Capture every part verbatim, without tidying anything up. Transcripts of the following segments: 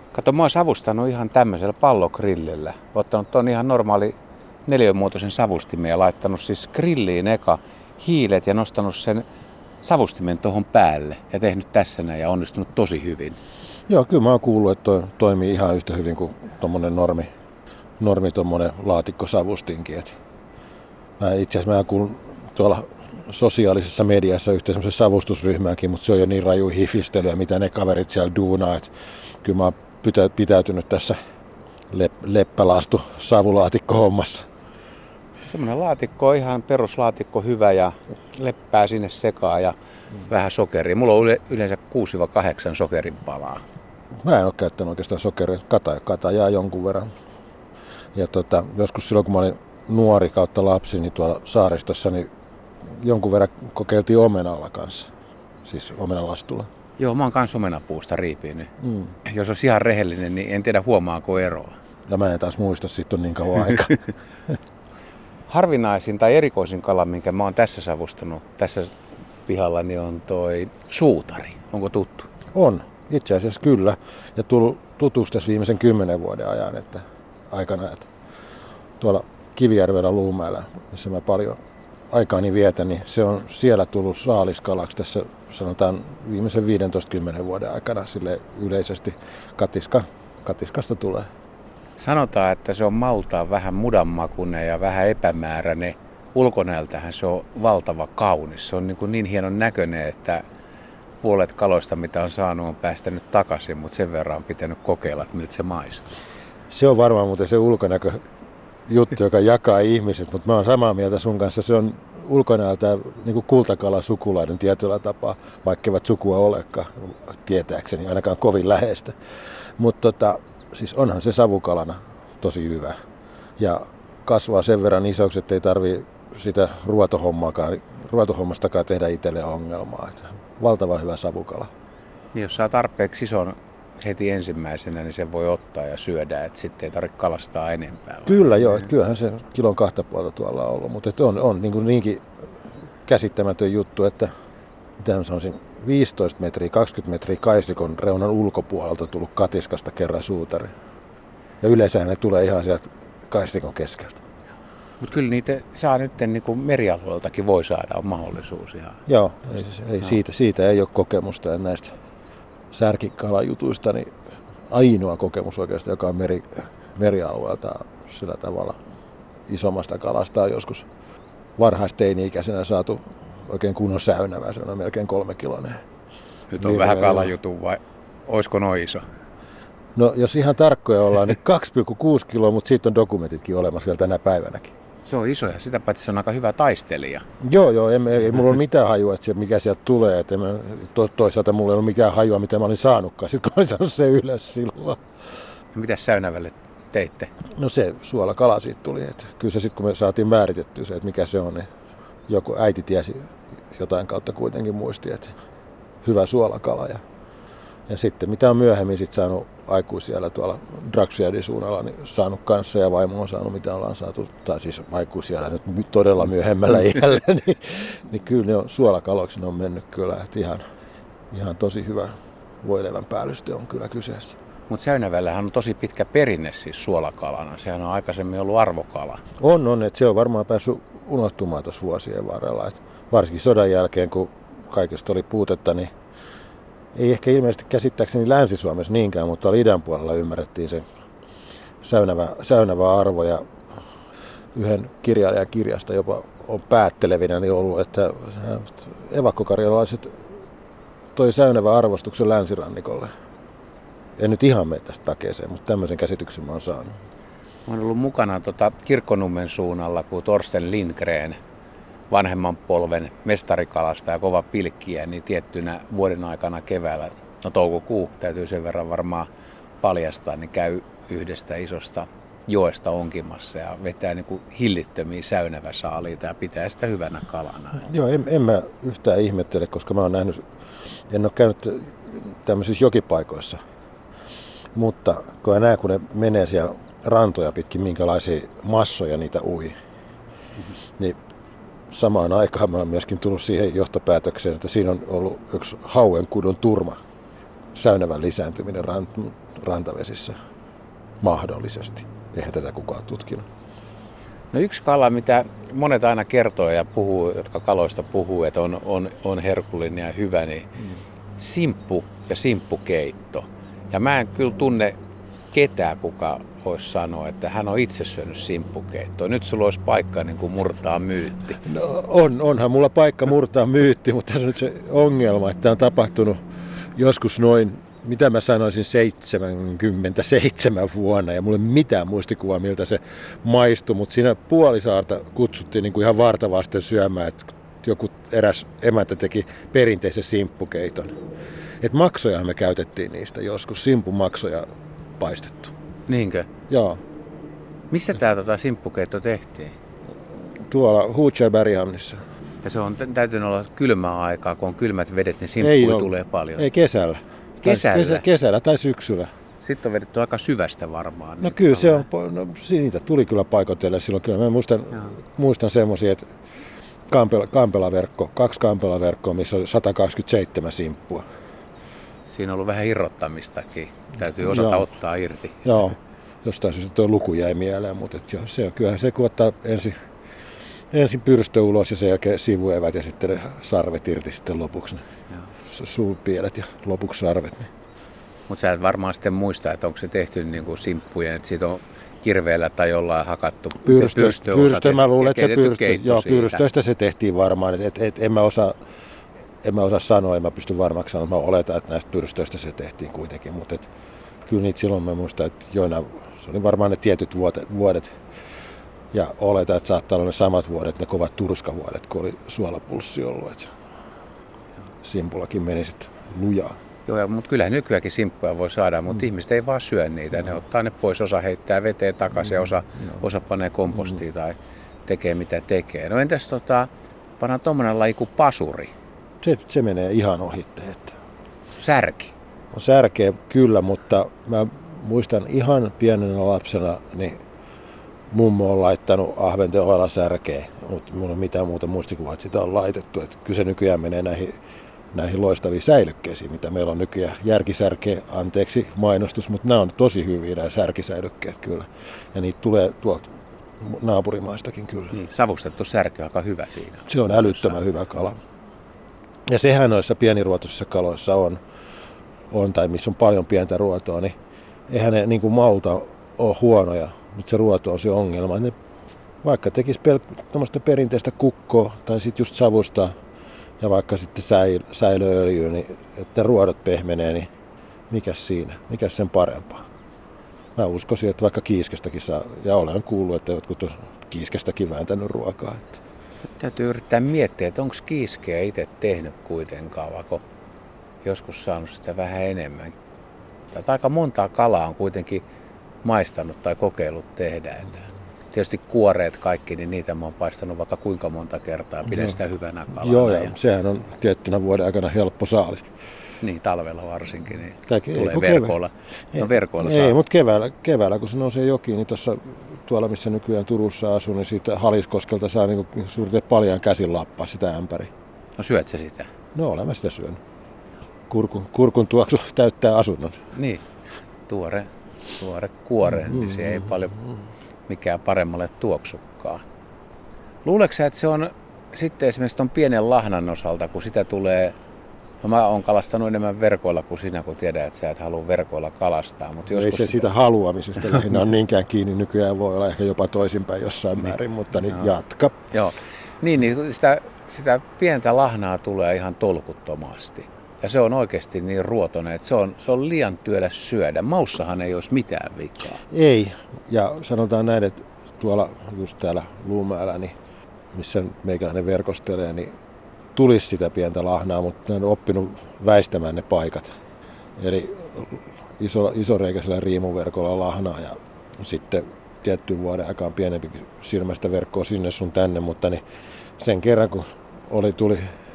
Kato, mä oon savustanut ihan tämmöisellä pallogrillillä. Ottanut ton ihan normaali neliömuotoisen savustimen ja laittanut siis grilliin eka hiilet ja nostanut sen savustimen tuohon päälle ja tehnyt tässä näin ja onnistunut tosi hyvin. Joo, kyllä mä oon kuullut, että toi toimii ihan yhtä hyvin kuin tommonen normi, normi tommonen laatikkosavustinkin. Et mä itse asiassa mä kuulun tuolla sosiaalisessa mediassa yhteen semmoisen savustusryhmäänkin, mutta se on jo niin raju hifistelyä, mitä ne kaverit siellä duunaa. Et kyllä mä oon pitäytynyt tässä lep- leppälastu savulaatikko hommassa. Semmoinen laatikko on ihan peruslaatikko hyvä ja leppää sinne sekaan ja mm. vähän sokeria. Mulla on yleensä kuusi kahdeksan sokerin palaa. Mä en ole käyttänyt oikeastaan sokeria. Kata, kata jää jonkun verran. Ja tota, joskus silloin kun mä olin nuori kautta lapsi, niin tuolla saaristossa niin jonkun verran kokeiltiin omenalla kanssa. Siis omenalastulla. Joo, mä oon kans omenapuusta riipinyt. Mm. Jos on ihan rehellinen, niin en tiedä huomaako eroa. Ja mä en taas muista, siitä on niin kauan aikaa. Harvinaisin tai erikoisin kala, minkä mä oon tässä savustanut, tässä pihalla, niin on toi suutari. Onko tuttu? On, itse asiassa kyllä. Ja tullut tutuksi tässä viimeisen kymmenen vuoden ajan että aikana. Että tuolla Kivijärvellä Luumäellä, missä mä paljon aikaani vietän, niin se on siellä tullut saaliskalaksi tässä sanotaan viimeisen viisitoista kymmenen vuoden aikana sille yleisesti katiska, katiskasta tulee. Sanotaan, että se on maultaan vähän mudanmakuinen ja vähän epämääräinen. Ulkonäöltähän se on valtava kaunis. Se on niin, kuin niin hienon näköinen, että puolet kaloista, mitä on saanut, on päästänyt takaisin, mutta sen verran on pitänyt kokeilla, että miltä se maistuu. Se on varmaan muuten se ulkonäkö juttu, joka jakaa ihmiset, mutta mä oon samaa mieltä sun kanssa. Se on ulkonäöltä niin kuin kultakala sukulainen tietyllä tapaa, vaikka eivät sukua olekaan, tietääkseni, ainakaan kovin läheistä. Mutta tota, siis onhan se savukalana tosi hyvä ja kasvaa sen verran isoksi, että ei tarvitse sitä ruotohommaakaan, ruotohommastakaan tehdä itselle ongelmaa. Että valtavan hyvä savukala. Jos saa tarpeeksi ison heti ensimmäisenä, niin sen voi ottaa ja syödä, että sitten ei tarvitse kalastaa enempää. Kyllä joo, että kyllähän se kilon kahta puolta tuolla on ollut, mutta on, on niin kuin niinkin käsittämätön juttu, että mitä sanoisin, viisitoista metriä, kaksikymmentä metriä kaislikon reunan ulkopuolelta tullut katiskasta kerran suutari. Ja yleensä ne tulee ihan sieltä kaislikon keskeltä. Mutta kyllä niitä saa nyt niin kuin merialueeltakin voi saada, on mahdollisuus ihan. Joo, ei, ei, no. siitä, siitä ei ole kokemusta ja näistä särkikalajutuista, niin ainoa kokemus oikeastaan, joka on meri, merialueelta sillä tavalla isommasta kalasta on joskus varhaisteini-ikäisenä saatu oikein kunnon säynävä, se on melkein kolme kiloinen. Nyt on niin vähän kalajutu vai olisiko noin iso? No jos ihan tarkkoja ollaan, niin kaksi pilkku kuusi kiloa, mutta siitä on dokumentitkin olemassa vielä tänä päivänäkin. Se on iso ja sitä paitsi se on aika hyvä taistelija. Joo, joo, ei, ei mulla ole mitään hajua, että se, mikä sieltä tulee. Että mä, to, toisaalta mulla ei ole mitään hajua, mitä mä olin saanutkaan, sitten kun mä olin saanut sen ylös silloin. Mitäs säynävälle teitte? No se suolakala siitä tuli. Että kyllä se sitten kun me saatiin määritettyä se, että mikä se on, niin joku äiti tiesi jotain kautta kuitenkin muisti, että hyvä suolakala. Ja, ja sitten mitä on myöhemmin sit saanut aikuisiellä tuolla Dragsfjärdin suunnalla, niin saanut kanssa ja vaimo on saanut mitä ollaan saatu, tai siis aikuisiellä nyt todella myöhemmällä iällä, niin, niin kyllä ne on suolakaloiksi ne on mennyt kyllä, että ihan, ihan tosi hyvä voileivän päällyste on kyllä kyseessä. Mutta säynävällähän on tosi pitkä perinne siis suolakalana, sehän on aikaisemmin ollut arvokala. On, on, että se on varmaan päässyt unohtumaan tuossa vuosien varrella, että varsinkin sodan jälkeen, kun kaikesta oli puutetta, niin ei ehkä ilmeisesti käsittääkseni Länsi-Suomessa niinkään, mutta tuolla idän puolella ymmärrettiin se säynävä, säynävä arvo ja yhden kirjailijan kirjasta jopa on päättelevinä niin ollut, että evakkokarjalaiset toi säynävä arvostuksen länsirannikolle. En nyt ihan mene tästä takeeseen, mutta tämmöisen käsityksen mä oon saanut. Mä oon ollut mukana tota Kirkkonummen suunnalla, kun Torsten Lindgren, vanhemman polven mestarikalasta ja kova pilkkiä, niin tiettynä vuoden aikana keväällä, no toukokuu täytyy sen verran varmaan paljastaa, niin käy yhdestä isosta joesta onkimassa ja vetää niin kuin hillittömiä säynäväsaaliita ja pitää sitä hyvänä kalana. Joo, en, en mä yhtään ihmettele, koska mä oon nähnyt, en ole käynyt tämmöisissä jokipaikoissa, mutta kun mä näen, kun ne menee siellä rantoja pitkin, minkälaisia massoja niitä ui, mm-hmm. niin samaan aikaan mä oon myöskin tullut siihen johtopäätökseen, että siinä on ollut yksi hauenkudon turma säynävän lisääntyminen rant- rantavesissä mahdollisesti. Eihän tätä kukaan tutkinut. No yksi kala, mitä monet aina kertoo ja puhuu, jotka kaloista puhuu, että on, on, on herkullinen ja hyvä, niin mm. simppu ja simppukeitto. Ja mä en kyllä tunne ketään, kuka voisi sanoa, että hän on itse syönyt simppukeittoa. Nyt sulla olisi paikka niin kuin murtaa myytti. No on, onhan mulla paikka murtaa myytti, mutta tässä on nyt se ongelma, että tämä on tapahtunut joskus noin, mitä mä sanoisin, seitsemänkymmentäseitsemän vuonna, ja mulla ei ole mitään muistikuvaa, miltä se maistui, mutta siinä Puolisaarta kutsuttiin niin kuin ihan vartavasten syömään, että joku eräs emäntä teki perinteisen simppukeiton. Et maksoja me käytettiin niistä joskus, simppumaksoja paistettu. Niinkö? Joo. Missä tämä tota, simppukeitto tehtiin? Tuolla Huutsjärberghamnissa. Ja se on täytynyt olla kylmää aikaa, kun on kylmät vedet, niin simppuja tulee paljon. Ei kesällä. Kesällä? Kesä, kesällä tai syksyllä. Sitten on vedetty aika syvästä varmaan. No kyllä se on, no, niitä tuli kyllä paikoitelle silloin. Kyllä mä muistan, muistan semmoisia, että kampela, kampelaverkko, kaksi kampelaverkkoa, missä oli sata kaksikymmentäseitsemän simppua. Siinä on ollut vähän irrottamistakin. Täytyy osata Joo. ottaa irti. Joo, jostain syystä tuo luku jäi mieleen, mutta et jo, se on, kyllähän se kun ottaa ensin, ensin pyrstö ulos ja sen jälkeen sivuevät ja sitten ne sarvet irti sitten lopuksi. Suupielet ja lopuksi sarvet. Niin. Mutta sä et varmaan sitten muista, että onko se tehty niin kuin simppujen, että siitä on kirveellä tai jollain hakattu pyrstö. Pyrstö, pyrstö mä luulen, että se pyrstö, joo, pyrstöistä se tehtiin varmaan. Et, et, et, en, mä osaa, en mä osaa sanoa, en mä pysty varmaksi sanoa. Mä oletan, että näistä pyrstöistä se tehtiin kuitenkin. Mutta et, kyllä niitä silloin mä muistan, että joina, se oli varmaan ne tietyt vuodet. vuodet ja oletan, että saattaa olla ne samat vuodet, ne kovat turskavuodet, kun oli suolapulssi ollut. Et simpullakin meni sitten lujaa. Joo, mutta kyllähän nykyäänkin simppuja voi saada, mutta mm. ihmiset ei vaan syö niitä. No. Ne ottaa ne pois, osa heittää veteen takaisin ja osa, no. osa panee kompostiin mm. tai tekee mitä tekee. No entäs tota, pannaan tommonen laji kuin pasuri? Se, se menee ihan ohitte. Että. Särki? No, särkeä kyllä, mutta mä muistan ihan pienenä lapsena, niin mummo on laittanut ahventen ohella särkeä, mutta mulla ei ole mitään muuta muistikuvaa, että sitä on laitettu. Että kyllä se nykyään menee näihin näihin loistaviin säilykkeisiin, mitä meillä on nykyään. Järkisärkeä, anteeksi mainostus, mutta nämä on tosi hyviä nämä särkisäilykkeet kyllä. Ja niitä tulee tuolta naapurimaistakin kyllä. Niin, savustettu särki on aika hyvä siinä. Se on älyttömän hyvä kala. Ja sehän noissa pieniruotoisissa kaloissa on, on, tai missä on paljon pientä ruotoa, niin eihän ne niin kuin maulta ole huonoja, mutta se ruoto on se ongelma. Ne, vaikka tekisi pel- perinteistä kukkoa tai sitten just savusta, ja vaikka sitten säil, säilööljy, niin että ruodot pehmenee, niin mikäs siinä, mikäs sen parempaa. Mä uskoisin, että vaikka kiiskestäkin saa, ja olen kuullut, että jotkut on kiiskestäkin vääntänyt ruokaa. Että. Täytyy yrittää miettiä, että onko kiiskeä itse tehnyt kuitenkaan, vaikka joskus saanut sitä vähän enemmän. Tätä aika montaa kalaa on kuitenkin maistanut tai kokeillut tehdä. Että tietysti kuoreet kaikki, niin niitä mä oon paistanut vaikka kuinka monta kertaa. Pidän no. sitä hyvänä kalana. Joo, ja sehän on tiettynä vuoden aikana helppo saalis. Niin, talvella varsinkin. Niin Kaikki, tulee ei, verkoilla. Ei, no, verkoilla ei mutta keväällä, keväällä, kun se nousee joki, niin tuossa tuolla, missä nykyään Turussa asuu, niin siitä Haliskoskelta saa niin suurin paljon käsin lappaa sitä ämpäri. No syöt sä sitä? No olen mä sitä syönyt. Kurkun, kurkun tuoksu täyttää asunnon. Niin, tuore, tuore kuore, mm, niin se ei paljon mikään paremmalle tuoksukkaan. Luuleeko sä, että se on sitten esimerkiksi ton pienen lahnan osalta, kun sitä tulee, no mä oon kalastanut enemmän verkoilla kuin sinä, kun tiedät, että sä et halua verkoilla kalastaa. Mutta ei se sitä, sitä haluamisesta lähinnä on niinkään kiinni, nykyään voi olla ehkä jopa toisinpäin jossain niin, määrin, mutta niin no. jatka. Joo, niin, niin sitä, sitä pientä lahnaa tulee ihan tolkuttomasti. Ja se on oikeasti niin ruotoinen, että se on, se on liian työläs syödä. Maussahan ei olisi mitään vikaa. Ei, ja sanotaan näin, että tuolla just täällä Luumäellä, niin missä meikäläinen verkostelee, niin tulisi sitä pientä lahnaa, mutta ne on oppinut väistämään ne paikat. Eli iso, isoreikäisellä riimuverkolla lahnaa ja sitten tiettyyn vuoden aikaan pienempi silmästä verkkoa sinne sun tänne, mutta niin sen kerran kun oli, tuli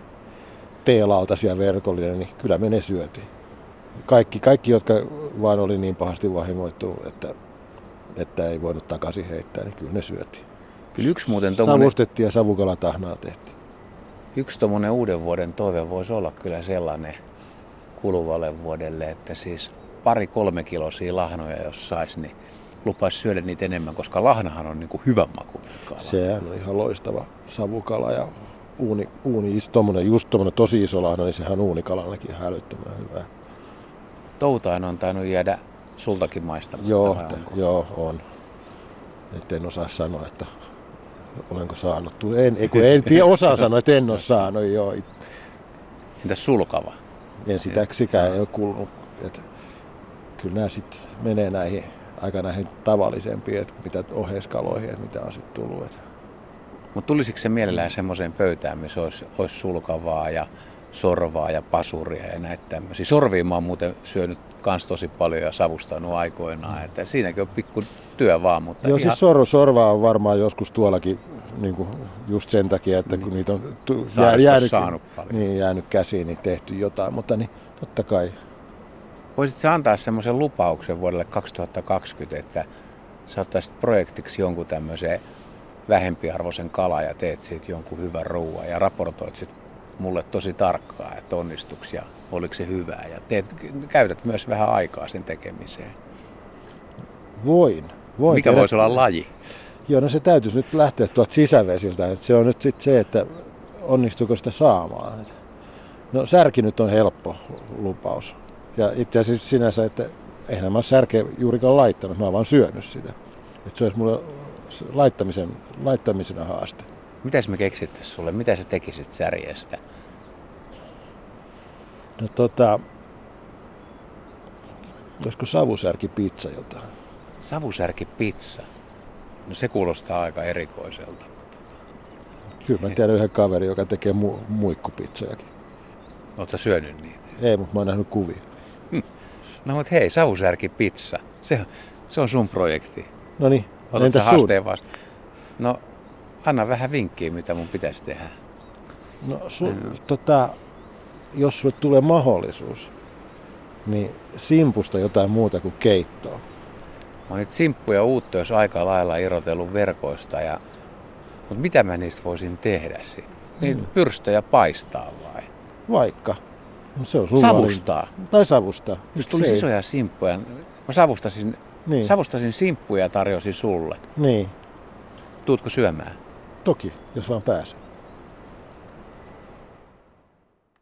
T-lautasia verkollinen, niin kyllä me ne syötiin. Kaikki, kaikki, jotka vaan oli niin pahasti vahingoittu, että, että ei voinut takaisin heittää, niin kyllä ne syötiin. Kyllä yksi muuten tommonen... Savustettiin ja savukalatahnaa tehtiin. Yksi tommonen uuden vuoden toive voisi olla kyllä sellainen, kuluvalle vuodelle, että siis pari kolme kilosia lahnoja, jos saisi, niin lupaisi syödä niitä enemmän, koska lahnahan on niin kuin hyvän makuinen kala. Sehän on ihan loistava savukala ja uuni, uuni tommonen, just tommonen tosi iso lahna, niin sehän on uunikalallekin ihan älyttömän hyvä. Toutain on tainnut jäädä sultakin maistamatta. Joo, te, joo on. Et en osaa sanoa, että olenko saanut. En, ei, kun en tiedä, osaa sanoa, että en ole saanut. Joo. Entäs sulkava? En sitä, sikään ei ole kuulunut. Et, kyllä nämä sitten menee näihin aika näihin tavallisempiin, että mitä oheiskaloihin, että mitä on sitten tullut. Mutta tulisiko se mielellään semmoiseen pöytään, missä olisi, olisi sulkavaa ja sorvaa ja pasuria ja näitä tämmöisiä? Sorviin mä oon muuten syönyt kans tosi paljon ja savustanut aikoinaan, että siinäkin on pikku työ vaan. Mutta joo, ihan... siis sor, sorvaa on varmaan joskus tuollakin niin kuin just sen takia, että kun niitä on tu- jää, jäänyt, niin, jäänyt käsiin, niin tehty jotain, mutta niin, totta kai. Voisitko antaa semmoisen lupauksen vuodelle kaksituhattakaksikymmentä, että sä ottaisit projektiksi jonkun tämmöisen vähempiarvoisen kala ja teet siitä jonkun hyvän ruuan ja raportoit sit mulle tosi tarkkaan, että onnistuiko ja oliko se hyvää ja teet, käytät myös vähän aikaa sen tekemiseen. Voin. voin Mikä tehdä... voisi olla laji? Joo, no se täytyisi nyt lähteä tuolta sisävesiltä, että se on nyt sit se, että onnistuuko sitä saamaan. No särki nyt on helppo lupaus. Ja itse asiassa sinänsä, että eihän mä särkeä juurikaan laittanut, mä oon vaan syönyt sitä. Että se olisi mulle laittamisen, laittamisena haaste. Mitäs me keksittäisiin sulle? Mitä sä tekisit särjestä? No tota, olisiko savusärkipizza jotain? Savusärkipizza? No se kuulostaa aika erikoiselta. Kyllä mä tiedän yhden kaverin, joka tekee mu- muikkupizzojakin. Ootko sä syönyt niitä? Ei, mutta mä oon nähnyt kuvia. Hm. No mutta hei, savusärkipizza. Se, se on sun projekti. No niin, entäs haasteen vasta? No, anna vähän vinkkiä, mitä mun pitäisi tehdä. No, su- mm. tota, jos sulle tulee mahdollisuus, niin simpusta jotain muuta kuin keittoa. Mä oon niitä simppuja uutta, jos aika lailla irrotellut verkoista. Ja... Mutta mitä mä niistä voisin tehdä sitten? Niitä mm. pyrstöjä paistaa vai? Vaikka. No, se on savustaa. Valin. Tai savustaa. Jos tulisi isoja simppuja, mä savustasin, niin. savustasin simppuja ja tarjosin sulle. Niin. Tuutko syömään? Toki, jos vaan pääsee.